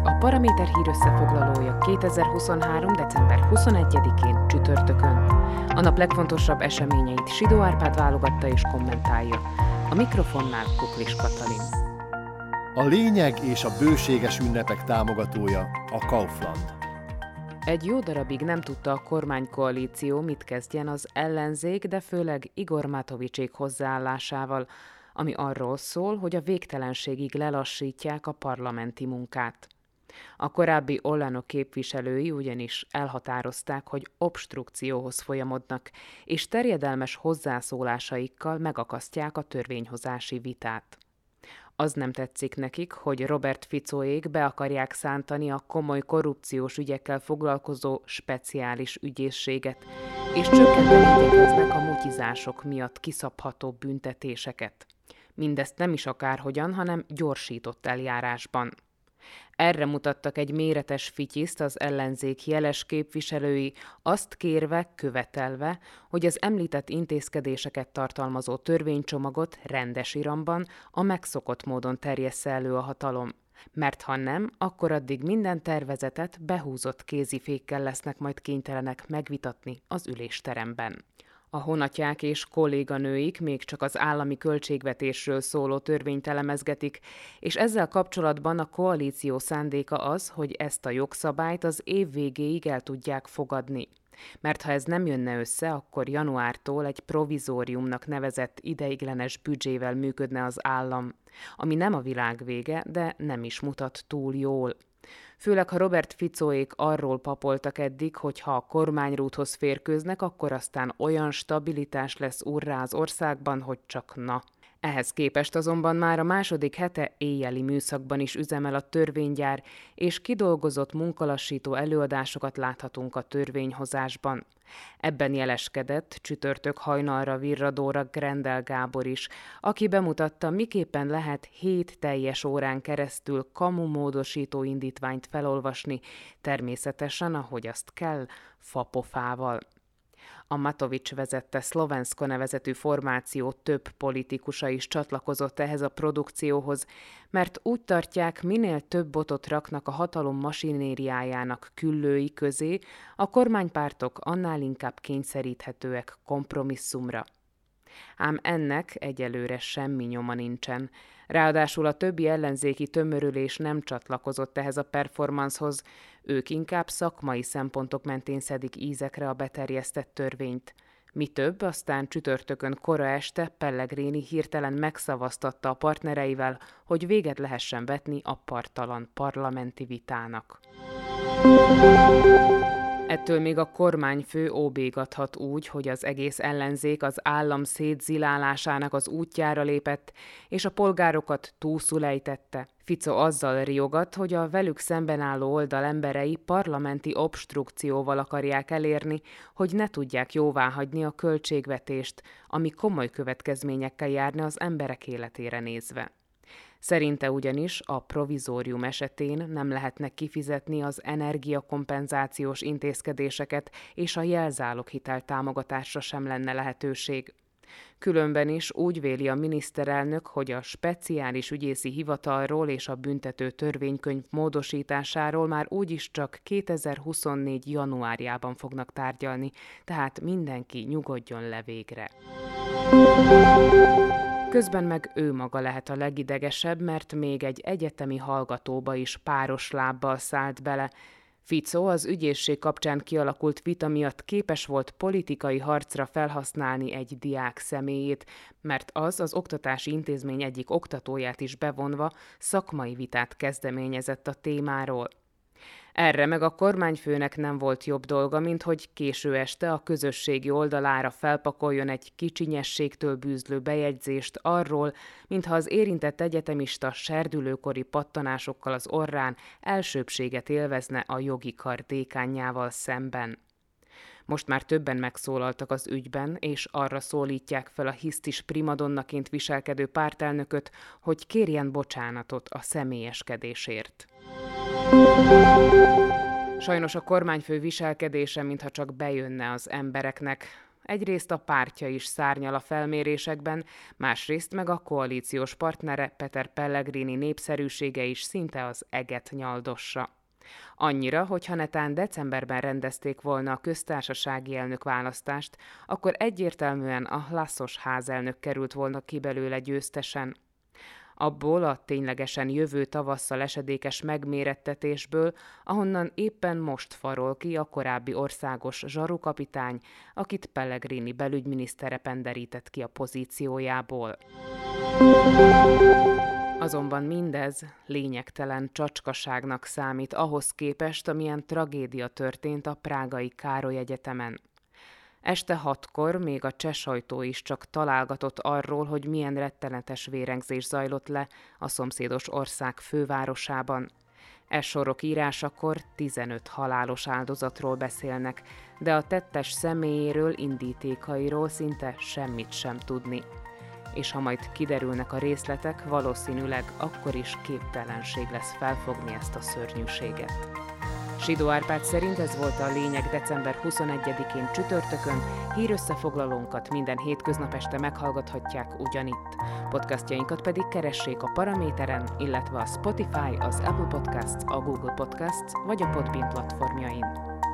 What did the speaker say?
a Paraméter hír összefoglalója 2023. december 21-én csütörtökön. A nap legfontosabb eseményeit Sidó Árpád válogatta és kommentálja. A mikrofonnál Kuklis Katalin. A lényeg és a bőséges ünnepek támogatója a Kaufland. Egy jó darabig nem tudta a kormánykoalíció, mit kezdjen az ellenzék, de főleg Igor Matovicsék hozzáállásával, ami arról szól, hogy a végtelenségig lelassítják a parlamenti munkát. A korábbi Olano képviselői ugyanis elhatározták, hogy obstrukcióhoz folyamodnak, és terjedelmes hozzászólásaikkal megakasztják a törvényhozási vitát. Az nem tetszik nekik, hogy Robert Ficóék be akarják szántani a komoly korrupciós ügyekkel foglalkozó speciális ügyészséget, és csökkenteni igyekeznek a mutyizások miatt kiszabható büntetéseket. Mindezt nem is akárhogyan, hanem gyorsított eljárásban. Erre mutattak egy méretes fityiszt az ellenzék jeles képviselői, azt kérve, követelve, hogy az említett intézkedéseket tartalmazó törvénycsomagot rendes iramban, a megszokott módon terjessze elő a hatalom. Mert ha nem, akkor addig minden tervezetet behúzott kézifékkel lesznek majd kénytelenek megvitatni az ülésteremben. A honatják és kolléganőik még csak az állami költségvetésről szóló törvényt elemezgetik, és ezzel kapcsolatban a koalíció szándéka az, hogy ezt a jogszabályt az év végéig el tudják fogadni. Mert ha ez nem jönne össze, akkor januártól egy provizóriumnak nevezett ideiglenes büdzsével működne az állam, ami nem a világ vége, de nem is mutat túl jól. Főleg, ha Robert Ficóék arról papoltak eddig, hogy ha a kormányrúdhoz férkőznek, akkor aztán olyan stabilitás lesz urrá az országban, hogy csak na. Ehhez képest azonban már a második hete éjjeli műszakban is üzemel a törvénygyár, és kidolgozott munkalassító előadásokat láthatunk a törvényhozásban. Ebben jeleskedett csütörtök hajnalra virradóra Grendel Gábor is, aki bemutatta, miképpen lehet 7 teljes órán keresztül kamumódosító indítványt felolvasni, természetesen, ahogy azt kell, fapofával. A Matovics vezette Szlovenszka nevezetű formáció több politikusa is csatlakozott ehhez a produkcióhoz, mert úgy tartják, minél több botot raknak a hatalom masinériájának küllői közé, a kormánypártok annál inkább kényszeríthetőek kompromisszumra. Ám ennek egyelőre semmi nyoma nincsen. Ráadásul a többi ellenzéki tömörülés nem csatlakozott ehhez a performanszhoz, ők inkább szakmai szempontok mentén szedik ízekre a beterjesztett törvényt. Mi több, aztán csütörtökön kora este Pellegrini hirtelen megszavaztatta a partnereivel, hogy véget lehessen vetni a parttalan parlamenti vitának. Ettől még a kormányfő óbégathat úgy, hogy az egész ellenzék az állam szétzilálásának az útjára lépett, és a polgárokat túlszul ejtette. Fico azzal riogat, hogy a velük szemben álló oldal emberei parlamenti obstrukcióval akarják elérni, hogy ne tudják jóváhagyni a költségvetést, ami komoly következményekkel járna az emberek életére nézve. Szerinte ugyanis a provizórium esetén nem lehetne kifizetni az energiakompenzációs intézkedéseket, és a jelzáloghitel támogatásra sem lenne lehetőség. Különben is úgy véli a miniszterelnök, hogy a speciális ügyészi hivatalról és a büntető törvénykönyv módosításáról már úgyis csak 2024. januárjában fognak tárgyalni, tehát mindenki nyugodjon le végre. Közben meg ő maga lehet a legidegesebb, mert még egy egyetemi hallgatóba is páros lábbal szállt bele. Fico az ügyészség kapcsán kialakult vita miatt képes volt politikai harcra felhasználni egy diák személyét, mert az oktatási intézmény egyik oktatóját is bevonva szakmai vitát kezdeményezett a témáról. Erre meg a kormányfőnek nem volt jobb dolga, mint hogy késő este a közösségi oldalára felpakoljon egy kicsinyességtől bűzlő bejegyzést arról, mintha az érintett egyetemista serdülőkori pattanásokkal az orrán elsőbbséget élvezne a jogi kar dékánjával szemben. Most már többen megszólaltak az ügyben, és arra szólítják fel a hisztis primadonnaként viselkedő pártelnököt, hogy kérjen bocsánatot a személyeskedésért. Sajnos a kormányfő viselkedése, mintha csak bejönne az embereknek. Egyrészt a pártja is szárnyal a felmérésekben, másrészt meg a koalíciós partnere Peter Pellegrini népszerűsége is szinte az eget nyaldossa. Annyira, hogy ha netán decemberben rendezték volna a köztársasági elnök választást, akkor egyértelműen a Laszos házelnök került volna ki belőle győztesen. Abból a ténylegesen jövő tavasszal esedékes megmérettetésből, ahonnan éppen most farol ki a korábbi országos zsarukapitány, akit Pellegrini belügyminisztere penderített ki a pozíciójából. Azonban mindez lényegtelen csacskaságnak számít ahhoz képest, amilyen tragédia történt a prágai Károly Egyetemen. Este 6-kor még a cseh sajtó is csak találgatott arról, hogy milyen rettenetes vérengzés zajlott le a szomszédos ország fővárosában. Sorok írásakor 15 halálos áldozatról beszélnek, de a tettes személyéről, indítékairól szinte semmit sem tudni. És ha majd kiderülnek a részletek, valószínűleg akkor is képtelenség lesz felfogni ezt a szörnyűséget. Sidó Árpád szerint ez volt a lényeg december 21-én csütörtökön, hírösszefoglalónkat minden hétköznap este meghallgathatják ugyanitt. Podcastjainkat pedig keressék a Paraméteren, illetve a Spotify, az Apple Podcasts, a Google Podcasts vagy a Podbean platformjain.